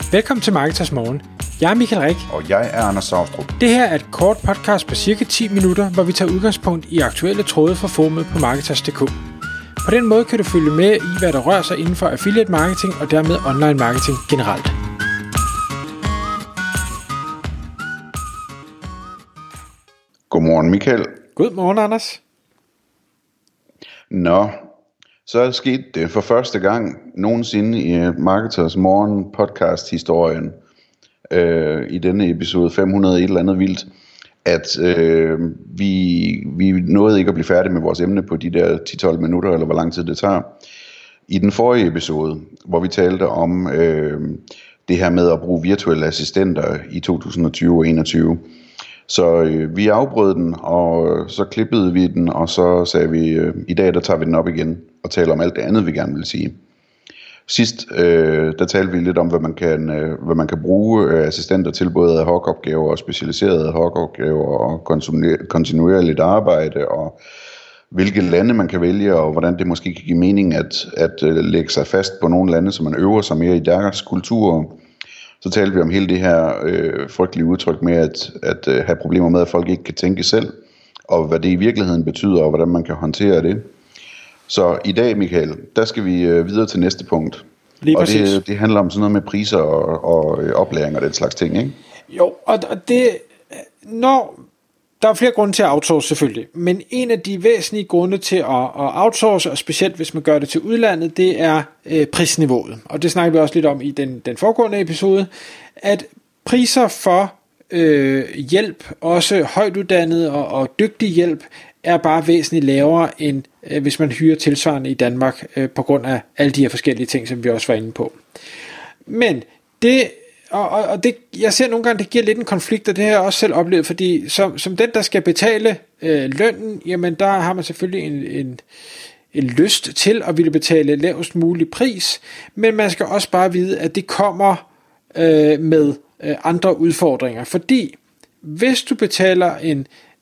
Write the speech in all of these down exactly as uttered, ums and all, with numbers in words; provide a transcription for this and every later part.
Velkommen til Marketers Morgen. Jeg er Michael Rik. Og jeg er Anders Saustrup. Det her er et kort podcast på cirka ti minutter, hvor vi tager udgangspunkt i aktuelle tråde fra forumet på Marketers punktum d k. På den måde kan du følge med i, hvad der rører sig inden for affiliate marketing og dermed online marketing generelt. Godmorgen, Michael. Godmorgen, Anders. Nå, så er det sket det for første gang nogensinde i Marketers Morgen podcast historien, øh, i denne episode fem hundrede et eller andet vildt, at øh, vi, vi nåede ikke at blive færdige med vores emne på de der ti til tolv minutter, eller hvor lang tid det tager. I den forrige episode, hvor vi talte om øh, det her med at bruge virtuelle assistenter i to tusind og tyve og enogtyve, så øh, vi afbrød den, og så klippede vi den, og så sagde vi, øh, i dag der tager vi den op igen, og taler om alt det andet, vi gerne vil sige. Sidst, øh, der talte vi lidt om, hvad man kan, øh, hvad man kan bruge øh, assistenter til, både ad hoc-opgaver og specialiserede ad hoc-opgaver, og kontinuerligt arbejde, og hvilke lande man kan vælge, og hvordan det måske kan give mening at, at øh, lægge sig fast på nogle lande, så man øver sig mere i deres kulturer. Så talte vi om hele det her øh, frygtelige udtryk med at, at øh, have problemer med, at folk ikke kan tænke selv, og hvad det i virkeligheden betyder, og hvordan man kan håndtere det. Så i dag, Michael, der skal vi øh, videre til næste punkt. Lige og præcis. det, det handler om sådan noget med priser og, og øh, oplæring og den slags ting, ikke? Jo, og, og det... Når... Der er flere grunde til at outsource selvfølgelig, men en af de væsentlige grunde til at, at outsource, og specielt hvis man gør det til udlandet, det er øh, prisniveauet. Og det snakker vi også lidt om i den, den foregående episode, at priser for øh, hjælp, også højtuddannet og, og dygtig hjælp, er bare væsentligt lavere end øh, hvis man hyrer tilsvarende i Danmark, øh, på grund af alle de her forskellige ting, som vi også var inde på. Men det... Og, og, og det, jeg ser nogle gange, det giver lidt en konflikt, og det har jeg også selv oplevet, fordi som, som den, der skal betale øh, lønnen, jamen der har man selvfølgelig en, en, en lyst til at ville betale lavest mulig pris, men man skal også bare vide, at det kommer øh, med øh, andre udfordringer, fordi hvis du betaler en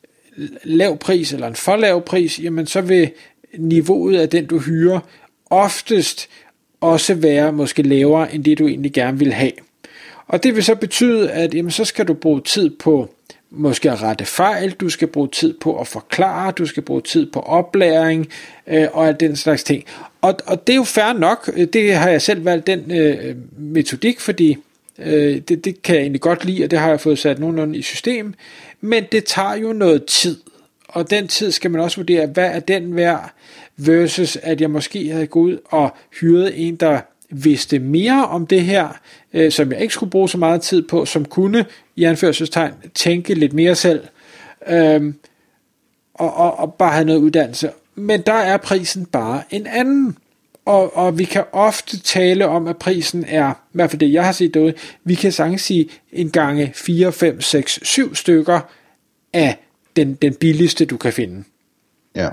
lav pris, eller en for lav pris, jamen så vil niveauet af den, du hyrer, oftest også være måske lavere, end det du egentlig gerne vil have. Og det vil så betyde, at jamen, så skal du bruge tid på måske at rette fejl, du skal bruge tid på at forklare, du skal bruge tid på oplæring øh, og alt den slags ting. Og, og det er jo fair nok, det har jeg selv valgt den øh, metodik, fordi øh, det, det kan jeg egentlig godt lide, og det har jeg fået sat nogenlunde i system, men det tager jo noget tid, og den tid skal man også vurdere, hvad er den værd, versus at jeg måske havde gået ud og hyret en, der vidste mere om det her, øh, som jeg ikke skulle bruge så meget tid på, som kunne, i anførselstegn, tænke lidt mere selv, øh, og, og, og bare have noget uddannelse. Men der er prisen bare en anden, og, og vi kan ofte tale om, at prisen er, i hvert fald det jeg har set derude, vi kan sagtens sige en gange fire, fem, seks, syv stykker af den, den billigste, du kan finde. Ja.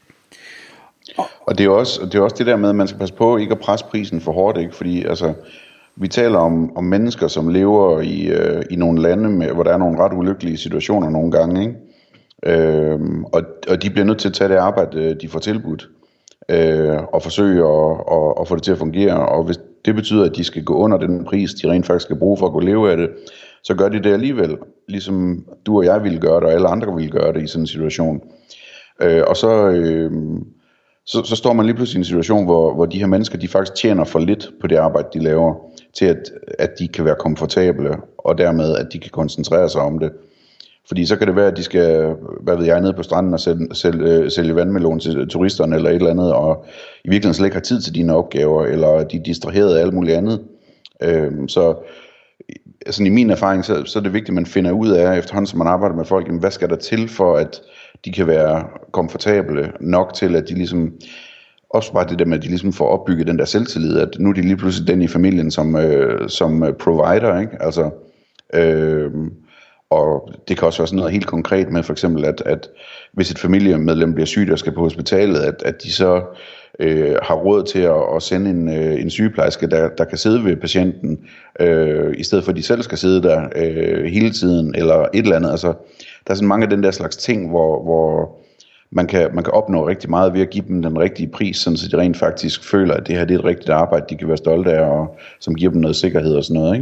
Og det er også det er også det der med, at man skal passe på ikke at presse prisen for hårdt, ikke? Fordi altså, vi taler om, om mennesker, som lever i, øh, i nogle lande, med, hvor der er nogle ret ulykkelige situationer nogle gange, ikke? Øhm, og, og de bliver nødt til at tage det arbejde, de får tilbudt, øh, og forsøge at, at, at få det til at fungere. Og hvis det betyder, at de skal gå under den pris, de rent faktisk skal bruge for at kunne leve af det, så gør de det alligevel, ligesom du og jeg ville gøre det, og alle andre ville gøre det i sådan en situation. Øh, og så... Øh, Så, så står man lige pludselig i en situation, hvor, hvor de her mennesker, de faktisk tjener for lidt på det arbejde, de laver, til at, at de kan være komfortable, og dermed, at de kan koncentrere sig om det. Fordi så kan det være, at de skal, hvad ved jeg, nede på stranden og sælge, sælge, sælge vandmelon til turisterne eller et eller andet, og i virkeligheden slet ikke har tid til dine opgaver, eller de er distraheret af alt muligt andet. Øhm, så altså, i min erfaring, så, så er det vigtigt, at man finder ud af, efterhånden som man arbejder med folk, jamen, hvad skal der til for, at de kan være komfortable nok til, at de ligesom, også bare det der med, at de ligesom får opbygget den der selvtillid, at nu er de lige pludselig den i familien, som, øh, som provider, ikke? Altså, øh, og det kan også være sådan noget helt konkret med, for eksempel, at, at hvis et familiemedlem bliver syg og skal på hospitalet, at, at de så øh, har råd til at, at sende en, øh, en sygeplejerske, der, der kan sidde ved patienten, øh, i stedet for at de selv skal sidde der øh, hele tiden, eller et eller andet. Altså, der er sådan mange af den der slags ting, hvor, hvor man, kan, man kan opnå rigtig meget ved at give dem den rigtige pris, sådan så de rent faktisk føler, at det her det er et rigtigt arbejde, de kan være stolte af, og som giver dem noget sikkerhed og sådan noget, ikke?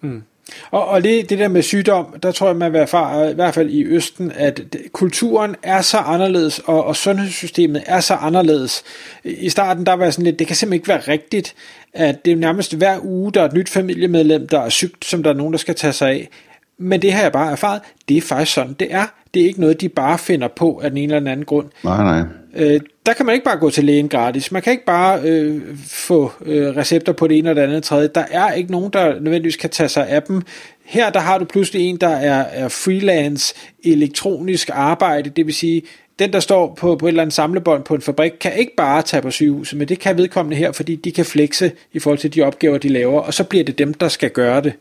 Mm. Og, og det, det der med sygdom, der tror jeg, man vil erfare, i hvert fald i Østen, at kulturen er så anderledes, og, og sundhedssystemet er så anderledes. I starten, der var jeg sådan lidt, det kan simpelthen ikke være rigtigt, at det er nærmest hver uge, der er et nyt familiemedlem, der er sygt, som der er nogen, der skal tage sig af. Men det har jeg bare erfaret, det er faktisk sådan, det er. Det er ikke noget, de bare finder på af den ene eller anden grund. Nej, nej. Øh, der kan man ikke bare gå til lægen gratis. Man kan ikke bare øh, få øh, recepter på det ene eller det andet tredje. Der er ikke nogen, der nødvendigvis kan tage sig af dem. Her der har du pludselig en, der er, er freelance, elektronisk arbejde, det vil sige, den der står på, på et eller andet samlebånd på en fabrik, kan ikke bare tage på sygehuset, men det kan vedkommende her, fordi de kan flexe i forhold til de opgaver, de laver, og så bliver det dem, der skal gøre det.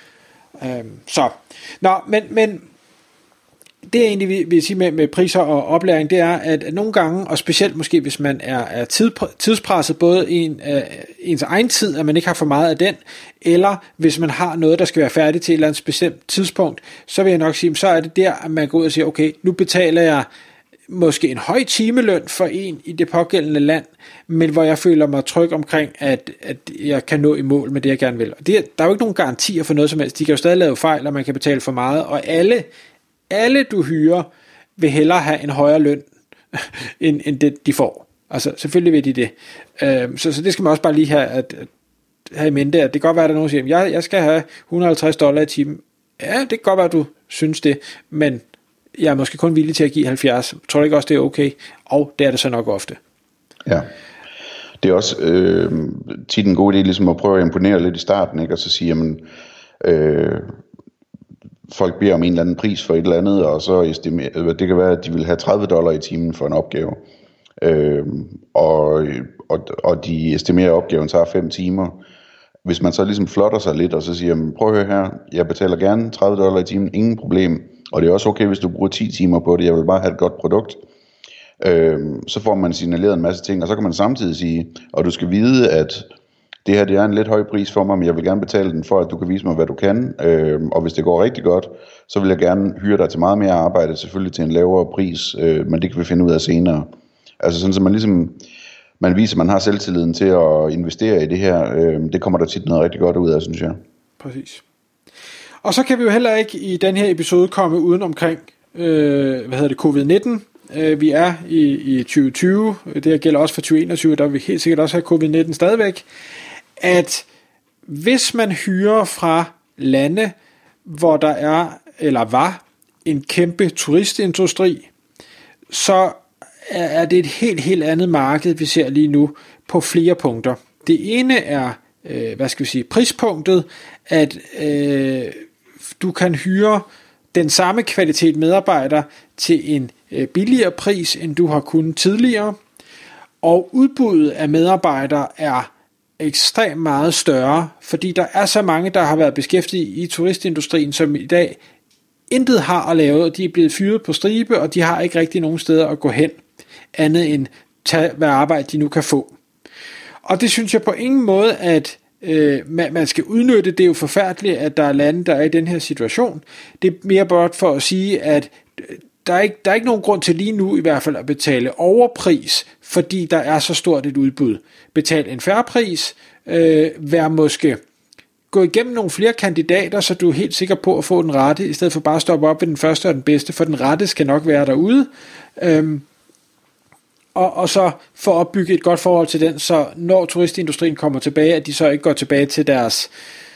Øhm, så, nå, men, men det jeg egentlig vil, vil sige med, med priser og oplæring, det er, at nogle gange, og specielt måske hvis man er, er tid, tidspresset, både en, uh, ens egen tid, at man ikke har for meget af den, eller hvis man har noget, der skal være færdigt til et eller andet bestemt tidspunkt, så vil jeg nok sige, så er det der, at man går ud og siger, okay, nu betaler jeg måske en høj timeløn for en i det pågældende land, men hvor jeg føler mig tryg omkring, at, at jeg kan nå i mål med det, jeg gerne vil. Og det, der er jo ikke nogen garantier for noget som helst. De kan jo stadig lave fejl, og man kan betale for meget, og alle Alle du hyrer vil hellere have en højere løn, end, end det de får. Altså selvfølgelig vil de det. Øh, så, så det skal man også bare lige have, at, at have i mente, at det kan godt være, at der er nogen, der siger, jeg, jeg skal have et hundrede og halvtreds dollar i timen. Ja, det kan godt være, at du synes det, men jeg er måske kun villig til at give halvfjerds. Tror du ikke også, det er okay? Og det er det så nok ofte. Ja. Det er også øh, tit en god idé ligesom at prøve at imponere lidt i starten, ikke? Og så sige, jamen, øh, folk beder om en eller anden pris for et eller andet, og så estimerer, det kan være, at de vil have tredive dollar i timen for en opgave. Øh, og, og, og de estimerer, at opgaven tager fem timer. Hvis man så ligesom flotter sig lidt, og så siger, prøv at høre her, jeg betaler gerne tredive dollar i timen, ingen problem. Og det er også okay, hvis du bruger ti timer på det, jeg vil bare have et godt produkt. Øh, så får man signaleret en masse ting, og så kan man samtidig sige, og du skal vide, at det her det er en lidt høj pris for mig, men jeg vil gerne betale den for, at du kan vise mig, hvad du kan. Øh, og hvis det går rigtig godt, så vil jeg gerne hyre dig til meget mere arbejde, selvfølgelig til en lavere pris, øh, men det kan vi finde ud af senere. Altså sådan, så man ligesom, man viser, at man har selvtilliden til at investere i det her. Øh, det kommer der tit noget rigtig godt ud af, synes jeg. Præcis. Og så kan vi jo heller ikke i den her episode komme uden omkring, øh, hvad hedder det, covid nitten. Øh, vi er i, i tyve tyve, det her gælder også for tyve enogtyve, der vil vi helt sikkert også have covid nitten stadigvæk. At hvis man hyrer fra lande, hvor der er, eller var, en kæmpe turistindustri, så er det et helt, helt andet marked, vi ser lige nu på flere punkter. Det ene er, øh, hvad skal vi sige, prispunktet, at øh, du kan hyre den samme kvalitet medarbejder til en øh, billigere pris, end du har kunnet tidligere, og udbuddet af medarbejdere er ekstremt meget større, fordi der er så mange, der har været beskæftiget i turistindustrien, som i dag intet har at lave, og de er blevet fyret på stribe, og de har ikke rigtig nogen steder at gå hen, andet end tage, hvad arbejde de nu kan få. Og det synes jeg på ingen måde, at øh, man, man skal udnytte. Det er jo forfærdeligt, at der er lande, der er i den her situation. Det er mere blot for at sige, at der er, ikke, der er ikke nogen grund til lige nu i hvert fald at betale overpris, fordi der er så stort et udbud. Betal en fair pris, øh, vær måske gå igennem nogle flere kandidater, så du er helt sikker på at få den rette, i stedet for bare at stoppe op ved den første og den bedste, for den rette skal nok være derude. Øhm, og, og så få opbygget et godt forhold til den, så når turistindustrien kommer tilbage, at de så ikke går tilbage til deres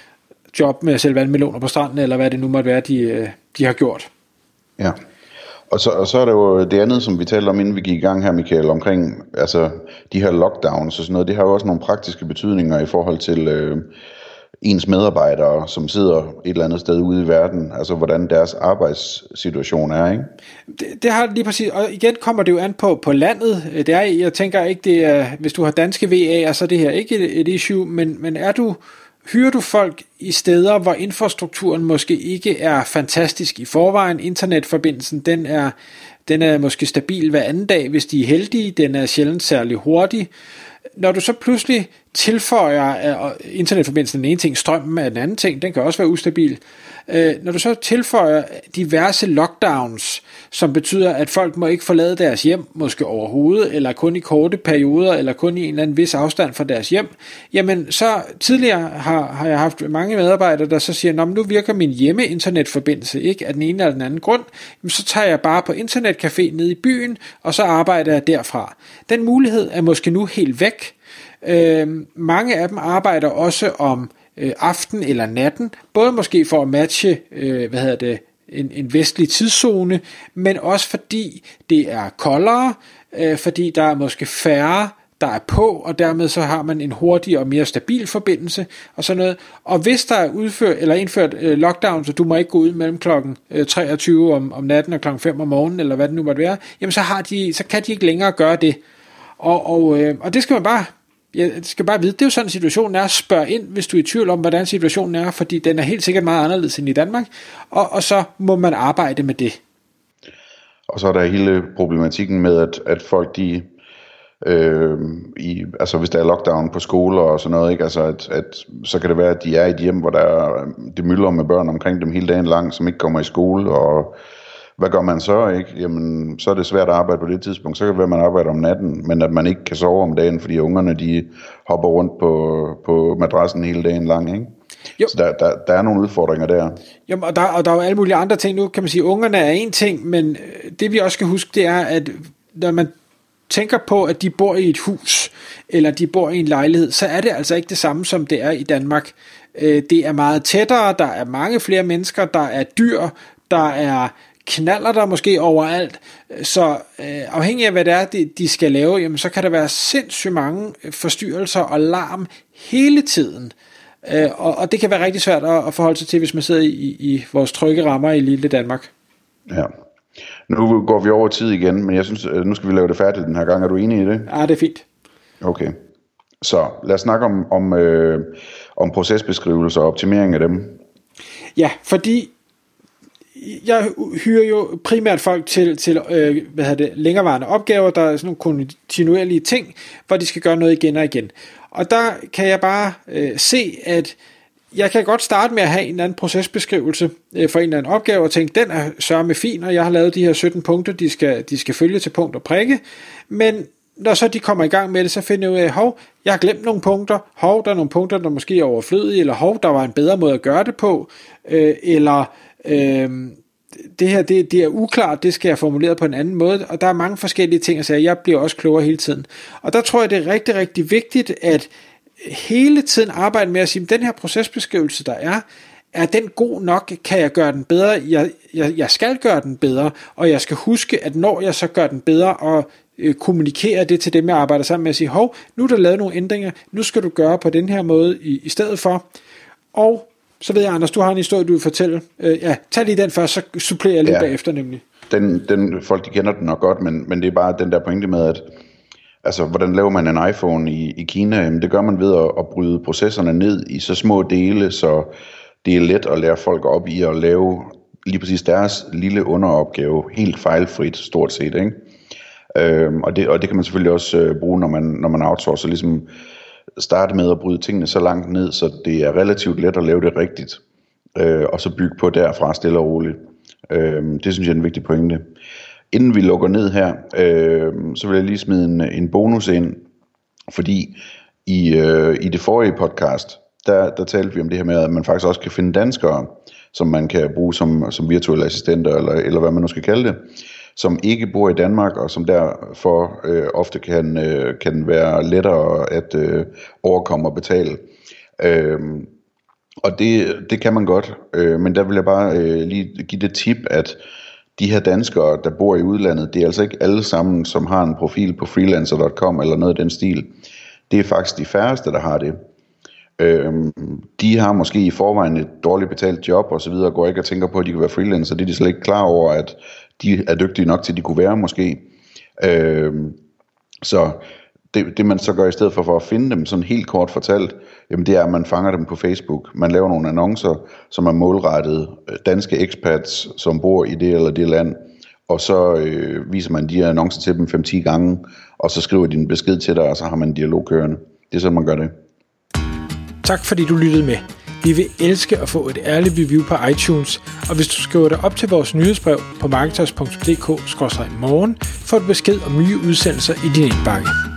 job med at sælge vandmeloner på stranden, eller hvad det nu måtte være, de, de har gjort. Ja. Og så, og så er der jo det andet, som vi talte om, inden vi gik i gang her, Michael, omkring altså, de her lockdowns og sådan noget. Det har jo også nogle praktiske betydninger i forhold til øh, ens medarbejdere, som sidder et eller andet sted ude i verden. Altså, hvordan deres arbejdssituation er, ikke? Det, det har lige præcis, og igen kommer det jo an på, på landet. Det er, jeg tænker ikke, det er, hvis du har danske V A'er, så er det her ikke et, et issue, men, men er du... Hyrer du folk i steder, hvor infrastrukturen måske ikke er fantastisk i forvejen, internetforbindelsen, den er, den er måske stabil hver anden dag, hvis de er heldige, den er sjældent særlig hurtig. Når du så pludselig tilføjer, at internetforbindelsen er en ting, strømmen er den anden ting, den kan også være ustabil. Når du så tilføjer diverse lockdowns, som betyder, at folk må ikke forlade deres hjem, måske overhovedet, eller kun i korte perioder, eller kun i en eller anden vis afstand fra deres hjem, jamen så tidligere har, har jeg haft mange medarbejdere, der så siger, nu virker min hjemme-internetforbindelse ikke af den ene eller den anden grund, jamen så tager jeg bare på internetcafé nede i byen, og så arbejder jeg derfra. Den mulighed er måske nu helt væk. Øh, mange af dem arbejder også om øh, aften eller natten, både måske for at matche øh, hvad hedder det, en, en vestlig tidszone, men også fordi det er koldere, øh, fordi der er måske færre, der er på, og dermed så har man en hurtigere og mere stabil forbindelse og sådan noget. Og hvis der er udført eller indført øh, lockdown, så du må ikke gå ud mellem klokken øh, treogtyve om, om natten og klokken fem om morgenen, eller hvad det nu måtte være, jamen så, har de, så kan de ikke længere gøre det. Og, og, øh, og det skal man bare Jeg skal bare vide, det er jo sådan situationen er. Spørg ind, hvis du er i tvivl om, hvordan situationen er, fordi den er helt sikkert meget anderledes end i Danmark, og, og så må man arbejde med det. Og så er der hele problematikken med, at, at folk de, øh, i, altså hvis der er lockdown på skoler og sådan noget, ikke? Altså at, at, så kan det være, at de er i et hjem, hvor der er, det myldrer med børn omkring dem hele dagen lang, som ikke kommer i skole, og hvad gør man så, ikke? Jamen, så er det svært at arbejde på det tidspunkt. Så kan det være, at man arbejder om natten, men at man ikke kan sove om dagen, fordi ungerne, de hopper rundt på, på madrassen hele dagen lang, ikke? Jo. Så der, der, der er nogle udfordringer der. Jamen, og der, og der er jo alle mulige andre ting. Nu kan man sige, at ungerne er en ting, men det vi også skal huske, det er, at når man tænker på, at de bor i et hus, eller de bor i en lejlighed, så er det altså ikke det samme, som det er i Danmark. Det er meget tættere, der er mange flere mennesker, der er dyr, der er knaller der måske overalt, så øh, afhængig af hvad det er, de, de skal lave, jamen, så kan der være sindssygt mange forstyrrelser og larm hele tiden, øh, og, og det kan være rigtig svært at, at forholde sig til, hvis man sidder i, i vores trygge rammer i lille Danmark. Ja, nu går vi over tid igen, men jeg synes, nu skal vi lave det færdigt den her gang. Er du enig i det? Ja, det er fint. Okay, så lad os snakke om, om, øh, om procesbeskrivelser og optimering af dem. Ja, fordi jeg hyrer jo primært folk til, til øh, hvad hedder det, længerevarende opgaver, der er sådan nogle kontinuerlige ting, hvor de skal gøre noget igen og igen. Og der kan jeg bare øh, se, at jeg kan godt starte med at have en eller anden procesbeskrivelse øh, for en eller anden opgave, og tænke, den er sørme fin, og jeg har lavet de her sytten punkter, de skal, de skal følge til punkt og prikke, men når så de kommer i gang med det, så finder jeg ud af, hov, jeg har glemt nogle punkter, hov, der er nogle punkter, der måske er overflødige, eller hov, der var en bedre måde at gøre det på, øh, eller Øhm, det her det, det er uklart, det skal jeg formulere på en anden måde, og der er mange forskellige ting at sige. Jeg bliver også klogere hele tiden, og der tror jeg det er rigtig rigtig vigtigt at hele tiden arbejde med at sige, den her procesbeskrivelse der er, er den god nok, kan jeg gøre den bedre, jeg, jeg, jeg skal gøre den bedre, og jeg skal huske at når jeg så gør den bedre og øh, kommunikere det til dem jeg arbejder sammen med, at sige, hov, nu er der lavet nogle ændringer, nu skal du gøre på den her måde i, i stedet for. Og så ved jeg, Anders, du har en historie, du vil fortælle. Øh, ja, tag lige den først, så supplerer jeg lige ja, bagefter nemlig. Den, den, folk de kender den nok godt, men, men det er bare den der pointe med, at altså, hvordan laver man en iPhone i, i Kina? Jamen, det gør man ved at, at bryde processerne ned i så små dele, så det er let at lære folk op i at lave lige præcis deres lille underopgave, helt fejlfrit stort set, ikke? Øhm, og, det, og det kan man selvfølgelig også øh, bruge, når man, når man outsourcer, ligesom starte med at bryde tingene så langt ned, så det er relativt let at lave det rigtigt, øh, og så bygge på derfra stille og roligt. Øh, det synes jeg er en vigtig pointe. Inden vi lukker ned her, øh, så vil jeg lige smide en, en bonus ind, fordi i, øh, i det forrige podcast, der, der talte vi om det her med, at man faktisk også kan finde danskere, som man kan bruge som, som virtuelle assistenter, eller, eller hvad man nu skal kalde det, som ikke bor i Danmark, og som derfor øh, ofte kan, øh, kan være lettere at øh, overkomme og betale. Øh, og det, det kan man godt, øh, men der vil jeg bare øh, lige give det tip, at de her danskere, der bor i udlandet, det er altså ikke alle sammen, som har en profil på freelancer punktum com eller noget af den stil. Det er faktisk de færreste, der har det. Øh, de har måske i forvejen et dårligt betalt job og så videre, og går ikke og tænker på, at de kan være freelancer. Det er de slet ikke klar over, at de er dygtige nok til, at de kunne være måske. Øh, så det, det man så gør i stedet for, for at finde dem, sådan helt kort fortalt, jamen det er, at man fanger dem på Facebook. Man laver nogle annoncer, som er målrettet danske expats, som bor i det eller det land, og så øh, viser man de her annoncer til dem fem til ti gange, og så skriver de en besked til dig, og så har man en dialog kørende. Det er sådan, man gør det. Tak fordi du lyttede med. Vi vil elske at få et ærligt review på iTunes, og hvis du skriver dig op til vores nyhedsbrev på marketers punktum d k skråstreg morgen, får du besked om nye udsendelser i din indbakke.